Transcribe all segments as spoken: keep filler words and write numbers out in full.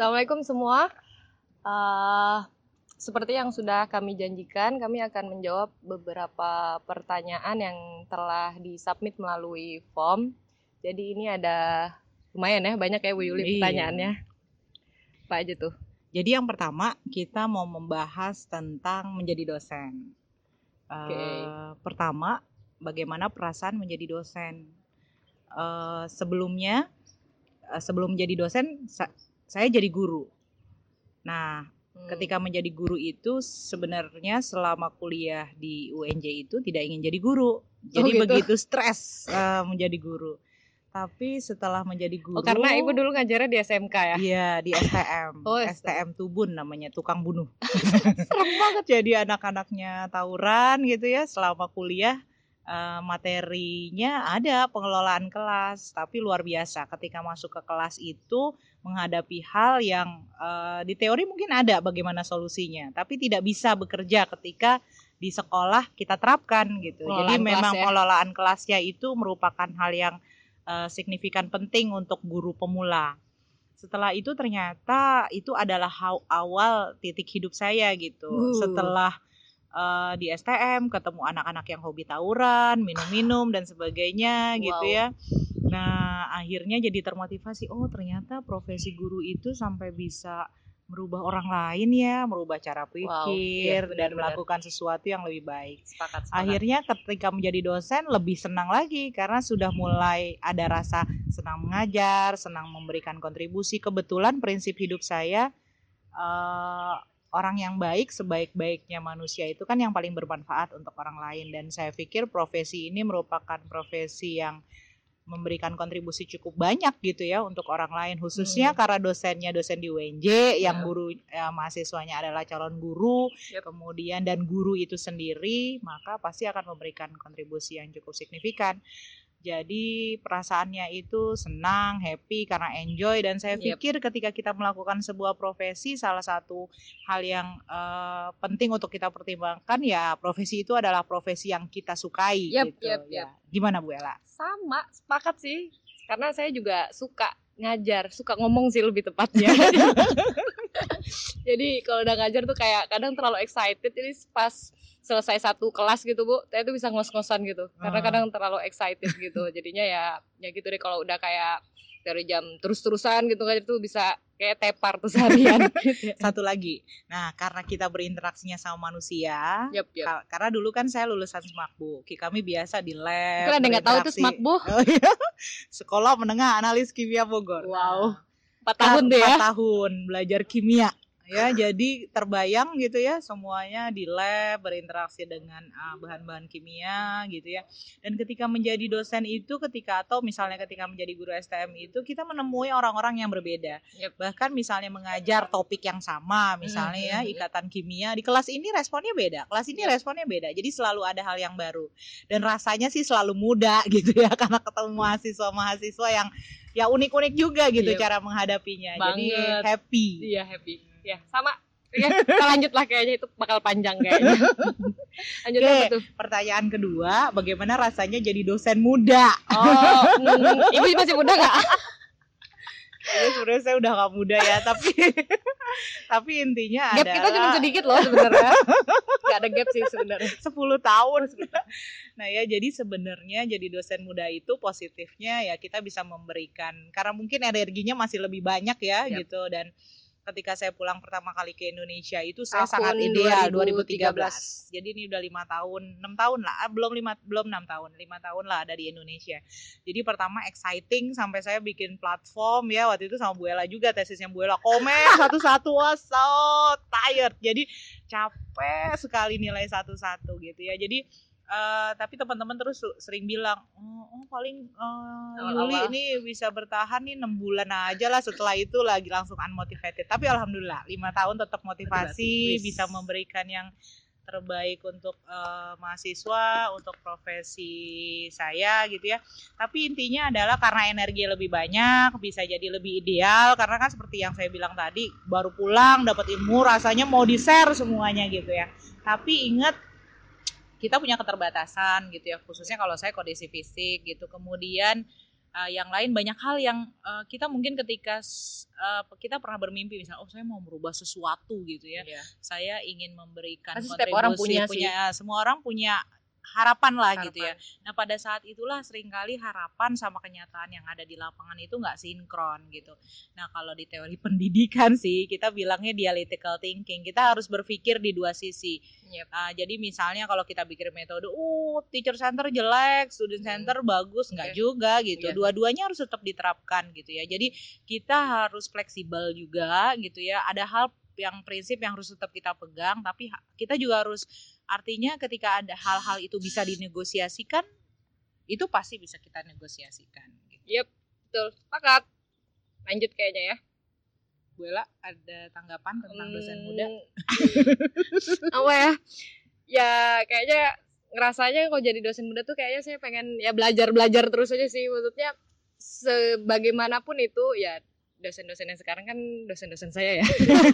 Assalamualaikum semua. Uh, seperti yang sudah kami janjikan, kami akan menjawab beberapa pertanyaan yang telah disubmit melalui form. Jadi ini ada lumayan ya, banyak ya Bu Yuli pertanyaannya. Apa aja tuh? Jadi yang pertama kita mau membahas tentang menjadi dosen. Okay. Uh, pertama, bagaimana perasaan menjadi dosen? Uh, sebelumnya, uh, sebelum menjadi dosen, sa- saya jadi guru. Nah, hmm. ketika menjadi guru itu sebenarnya selama kuliah di U N J itu tidak ingin jadi guru. Jadi oh, gitu? begitu stres uh, menjadi guru. Tapi setelah menjadi guru, oh, karena Ibu dulu ngajarnya di S M K ya? Iya, di S T M. Oh, S T M Tubun namanya, tukang bunuh. Serem banget. Jadi anak-anaknya tawuran gitu ya selama kuliah. Uh, materinya ada pengelolaan kelas, tapi luar biasa ketika masuk ke kelas itu menghadapi hal yang uh, di teori mungkin ada bagaimana solusinya, tapi tidak bisa bekerja ketika di sekolah kita terapkan gitu. Pengelolaan Jadi memang ya. Pengelolaan kelasnya itu merupakan hal yang uh, signifikan penting untuk guru pemula. Setelah itu ternyata itu adalah awal titik hidup saya gitu. Uh. Setelah Uh, di S T M ketemu anak-anak yang hobi tawuran, minum-minum dan sebagainya wow. gitu ya. Nah akhirnya jadi termotivasi, oh ternyata profesi guru itu sampai bisa merubah orang lain ya, merubah cara pikir wow. ya, dan melakukan sesuatu yang lebih baik. Sepakat, sepakat. Akhirnya ketika menjadi dosen lebih senang lagi karena sudah mulai ada rasa senang mengajar, senang memberikan kontribusi. Kebetulan prinsip hidup saya uh, orang yang baik sebaik-baiknya manusia itu kan yang paling bermanfaat untuk orang lain, dan saya pikir profesi ini merupakan profesi yang memberikan kontribusi cukup banyak gitu ya untuk orang lain, khususnya hmm. karena dosennya dosen di U N J yang guru ya, mahasiswanya adalah calon guru, yep. kemudian dan guru itu sendiri, maka pasti akan memberikan kontribusi yang cukup signifikan. Jadi perasaannya itu senang, happy karena enjoy, dan saya pikir yep. ketika kita melakukan sebuah profesi, salah satu hal yang uh, penting untuk kita pertimbangkan ya profesi itu adalah profesi yang kita sukai yep, gitu yep, ya. Yep. Gimana Bu Ella? Sama, sepakat sih. Karena saya juga suka ngajar, suka ngomong sih lebih tepatnya. Jadi kalau udah ngajar tuh kayak kadang terlalu excited, jadi pas selesai satu kelas gitu Bu, saya tuh bisa ngos-ngosan gitu. Karena kadang terlalu excited gitu. Jadinya ya ya gitu deh, kalau udah kayak dari jam terus-terusan gitu kan itu bisa kayak tepar tuh seharian. Satu lagi. Nah, karena kita berinteraksinya sama manusia, yep, yep. Ka- karena dulu kan saya lulusan SMAKBU. Kami biasa di lab. Kan ada enggak tahu itu SMAKBU? Oh, iya. Sekolah Menengah Analis Kimia Bogor. Wow. empat tahun deh ya. empat tahun belajar kimia. Ya, jadi terbayang gitu ya semuanya di lab berinteraksi dengan uh, bahan-bahan kimia gitu ya. Dan ketika menjadi dosen itu ketika atau misalnya ketika menjadi guru S T M itu kita menemui orang-orang yang berbeda. Yep. Bahkan misalnya mengajar topik yang sama, misalnya mm-hmm. ya ikatan kimia, di kelas ini responnya beda, kelas ini yep. responnya beda. Jadi selalu ada hal yang baru. Dan rasanya sih selalu muda gitu ya karena ketemu mahasiswa-mahasiswa yang ya unik-unik juga gitu yep. cara menghadapinya. Banget. Jadi happy. Iya, happy. Ya, sama. Ya, kita lanjut lah, kayaknya itu bakal panjang kayaknya. Lanjut Oke, apa tuh? Pertanyaan kedua, bagaimana rasanya jadi dosen muda? Oh, mm, Ibu masih muda nggak? Ya, sebenarnya saya udah nggak muda ya, tapi tapi intinya gap adalah kita cuma sedikit loh sebenarnya. Nggak ada gap sih sebenarnya. sepuluh tahun. Nah ya, jadi sebenarnya jadi dosen muda itu positifnya ya kita bisa memberikan, karena mungkin energinya masih lebih banyak ya yep. gitu. Dan ketika saya pulang pertama kali ke Indonesia itu saya tahun sangat ideal dua ribu tiga belas. Jadi ini udah lima tahun, enam tahun lah, belum lima belum enam tahun, lima tahun lah ada di Indonesia. Jadi pertama exciting sampai saya bikin platform ya, waktu itu sama Bu Ella juga, tesisnya Bu Ella, komen satu-satu, was so tired. Jadi capek sekali nilai satu-satu gitu ya. Jadi Uh, tapi teman-teman terus sering bilang, oh, oh paling uh, Yuli ini bisa bertahan nih enam bulan aja lah, setelah itu lagi langsung unmotivated. Tapi alhamdulillah lima tahun tetap motivasi, motivasi bisa memberikan yang terbaik untuk uh, mahasiswa, untuk profesi saya gitu ya. Tapi intinya adalah karena energi lebih banyak, bisa jadi lebih ideal, karena kan seperti yang saya bilang tadi, baru pulang dapat ilmu rasanya mau di-share semuanya gitu ya. Tapi ingat kita punya keterbatasan gitu ya, khususnya kalau saya kondisi fisik gitu. Kemudian Uh, yang lain banyak hal yang uh, kita mungkin ketika uh, kita pernah bermimpi misalnya, oh saya mau merubah sesuatu gitu ya, yeah. saya ingin memberikan pasti kontribusi, orang punya, punya semua orang punya harapan lah harapan. Gitu ya. Nah pada saat itulah seringkali harapan sama kenyataan yang ada di lapangan itu nggak sinkron gitu. Nah kalau di teori pendidikan sih kita bilangnya dialectical thinking. Kita harus berpikir di dua sisi. Yep. Uh, jadi misalnya kalau kita pikir metode, uh teacher center jelek, student center hmm. bagus, nggak okay. juga gitu. Yeah. Dua-duanya harus tetap diterapkan gitu ya. Jadi kita harus fleksibel juga gitu ya. Ada hal yang prinsip yang harus tetap kita pegang, tapi kita juga harus artinya ketika ada hal-hal itu bisa dinegosiasikan, itu pasti bisa kita negosiasikan. Gitu. Yep, betul. Sepakat. Lanjut kayaknya ya. Bu Ella, ada tanggapan tentang hmm, dosen muda? Apa ya? Ya kayaknya ngerasanya kalau jadi dosen muda tuh kayaknya saya pengen ya belajar-belajar terus aja sih. Maksudnya sebagaimanapun itu ya dosen-dosen yang sekarang kan dosen-dosen saya ya.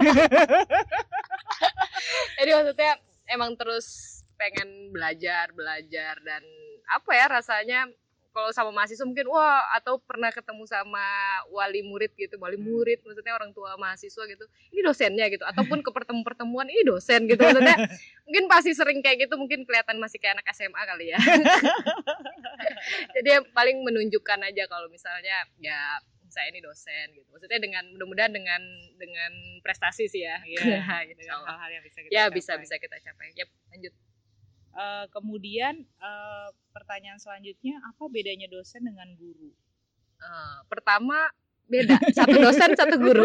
Jadi maksudnya emang terus pengen belajar, belajar dan apa ya rasanya kalau sama mahasiswa mungkin wah atau pernah ketemu sama wali murid gitu, wali murid maksudnya orang tua mahasiswa gitu, ini dosennya gitu, ataupun ke pertemuan-pertemuan ini dosen gitu maksudnya mungkin pasti sering kayak gitu, mungkin kelihatan masih kayak anak S M A kali ya. Jadi yang paling menunjukkan aja kalau misalnya ya saya ini dosen gitu, maksudnya dengan mudah-mudahan dengan dengan prestasi sih ya, ya gitu, dengan hal-hal yang bisa kita ya capai. bisa bisa kita capai. Yap, lanjut. Uh, kemudian uh, pertanyaan selanjutnya, apa bedanya dosen dengan guru? Uh, pertama beda, satu dosen satu guru.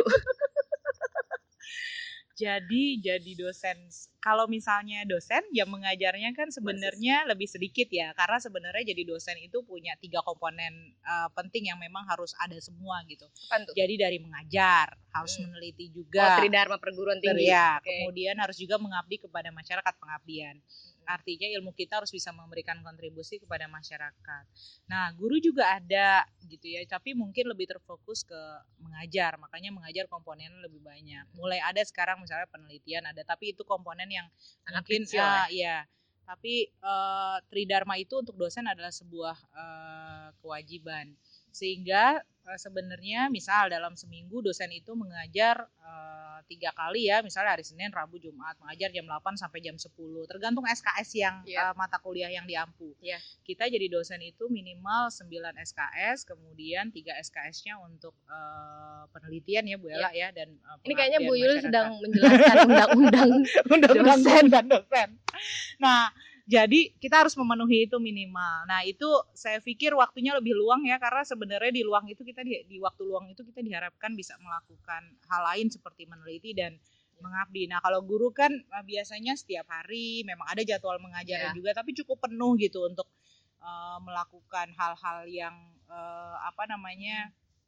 Jadi jadi dosen, kalau misalnya dosen yang mengajarnya kan sebenarnya lebih sedikit ya, karena sebenarnya jadi dosen itu punya tiga komponen uh, penting yang memang harus ada semua gitu. Jadi dari mengajar, harus hmm. meneliti juga. Oh, tridharma perguruan tinggi. Ya, okay. Kemudian harus juga mengabdi kepada masyarakat, pengabdian. Artinya ilmu kita harus bisa memberikan kontribusi kepada masyarakat. Nah, guru juga ada gitu ya, tapi mungkin lebih terfokus ke mengajar, makanya mengajar komponennya lebih banyak. Mulai ada sekarang misalnya penelitian ada, tapi itu komponen yang sangat mungkin kecil, uh, ya. ya. Tapi uh, tridharma itu untuk dosen adalah sebuah uh, kewajiban. Sehingga uh, sebenarnya misal dalam seminggu dosen itu mengajar uh, tiga kali ya, misalnya hari Senin, Rabu, Jumat, mengajar jam delapan sampai jam sepuluh, tergantung S K S yang yep. uh, mata kuliah yang diampu. Yeah. Kita jadi dosen itu minimal sembilan S K S, kemudian tiga S K S-nya untuk uh, penelitian ya Bu Ella yeah. ya, dan uh, ini kayaknya Bu Yul sedang menjelaskan undang-undang dosen dan dosen. Nah, jadi kita harus memenuhi itu minimal. Nah itu saya pikir waktunya lebih luang ya, karena sebenarnya di luang itu kita di, di waktu luang itu kita diharapkan bisa melakukan hal lain seperti meneliti dan mengabdi. Nah kalau guru kan biasanya setiap hari memang ada jadwal mengajarnya yeah. juga, tapi cukup penuh gitu untuk uh, melakukan hal-hal yang uh, apa namanya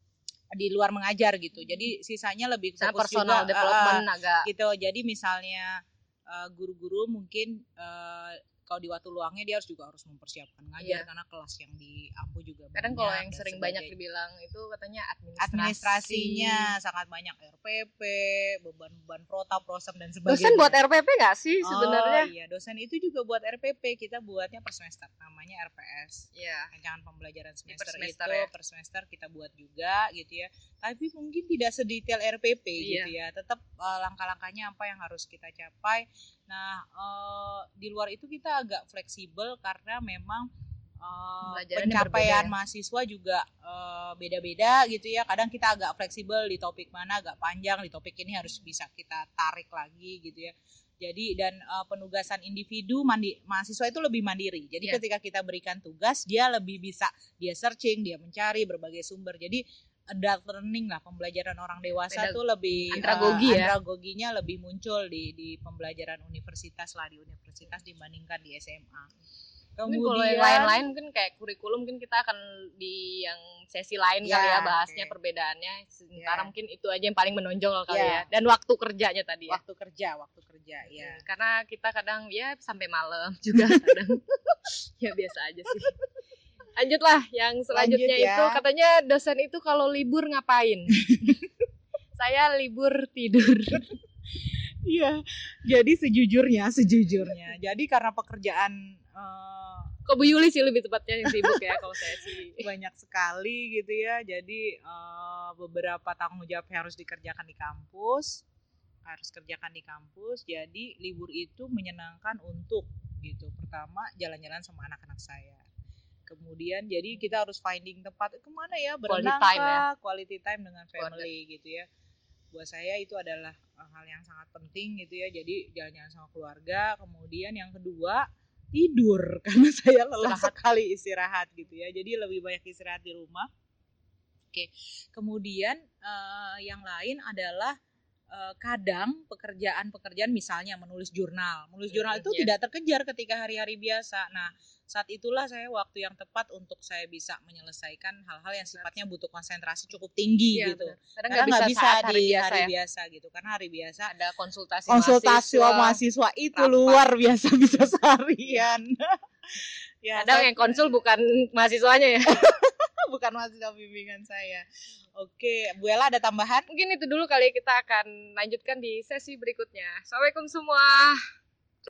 di luar mengajar gitu. Jadi sisanya lebih fokus personal juga development uh, agak gitu. Jadi misalnya uh, guru-guru mungkin uh, kalau di waktu luangnya dia harus juga harus mempersiapkan ngajar yeah. karena kelas yang diampu juga kadang banyak. Kalau yang sering banyak dibilang itu katanya administrasi. Administrasinya sangat banyak, R P P, beban-beban prota, prosem dan sebagainya. Dosen buat R P P nggak sih sebenarnya? Oh iya, dosen itu juga buat R P P. Kita buatnya per semester, namanya R P S. Iya. Yeah. Rancangan pembelajaran semester, per semester itu ya. Per semester kita buat juga gitu ya. Tapi mungkin tidak sedetail R P P yeah. gitu ya. Tetap uh, langkah-langkahnya apa yang harus kita capai. Nah uh, di luar itu kita agak fleksibel karena memang uh, pencapaian mahasiswa juga uh, beda-beda gitu ya. Kadang kita agak fleksibel di topik mana agak panjang, di topik ini harus bisa kita tarik lagi gitu ya. Jadi dan uh, penugasan individu mandi, mahasiswa itu lebih mandiri. Jadi yeah. ketika kita berikan tugas dia lebih bisa dia searching, dia mencari berbagai sumber. Jadi adult learning lah, pembelajaran orang dewasa Beda, tuh lebih andragogi uh, ya? andragoginya lebih muncul di di pembelajaran universitas lah, di universitas dibandingkan di S M A. Kemudian kalau yang lain-lain mungkin kayak kurikulum mungkin kita akan di yang sesi lain ya, kali ya bahasnya okay. perbedaannya. Sementara ya. Mungkin itu aja yang paling menonjol kali ya. ya. Dan waktu kerjanya tadi ya. Waktu kerja, waktu kerja ya. Karena kita kadang ya sampai malam juga kadang. Ya biasa aja sih. Lanjutlah yang selanjutnya Lanjut, ya. Itu katanya dosen itu kalau libur ngapain? Saya libur tidur. Iya. Jadi sejujurnya, sejujurnya. Jadi karena pekerjaan uh, Kok Bu Yuli sih lebih tepatnya yang sibuk ya, kalau saya sih banyak sekali gitu ya. Jadi uh, beberapa tanggung jawab yang harus dikerjakan di kampus, harus kerjakan di kampus. Jadi libur itu menyenangkan untuk gitu. Pertama jalan-jalan sama anak-anak saya. Kemudian jadi kita harus finding tempat kemana ya, berenang Quality time ya. kah, quality time dengan family Keluarga. gitu ya. Buat saya itu adalah hal yang sangat penting gitu ya. Jadi jalan-jalan sama keluarga. Kemudian yang kedua tidur, karena saya lelah Istirahat. sekali istirahat gitu ya. Jadi lebih banyak istirahat di rumah. Oke. Kemudian uh, yang lain adalah uh, kadang pekerjaan-pekerjaan misalnya menulis jurnal. Menulis jurnal itu Iya. tidak terkejar ketika hari-hari biasa. Nah, saat itulah saya waktu yang tepat untuk saya bisa menyelesaikan hal-hal yang sifatnya butuh konsentrasi cukup tinggi Iya, gitu. benar. Karena Karena nggak nggak bisa bisa saat hari di biasa hari ya. biasa gitu. Karena hari biasa Ada konsultasi, konsultasi mahasiswa. mahasiswa itu rapat. luar biasa, bisa seharian. Ya, Kadang saya- yang konsul bukan mahasiswanya ya. bukan mahasiswa bimbingan saya. Oke, Bu Ella ada tambahan? Mungkin itu dulu kali ya, kita akan lanjutkan di sesi berikutnya. Assalamualaikum semua.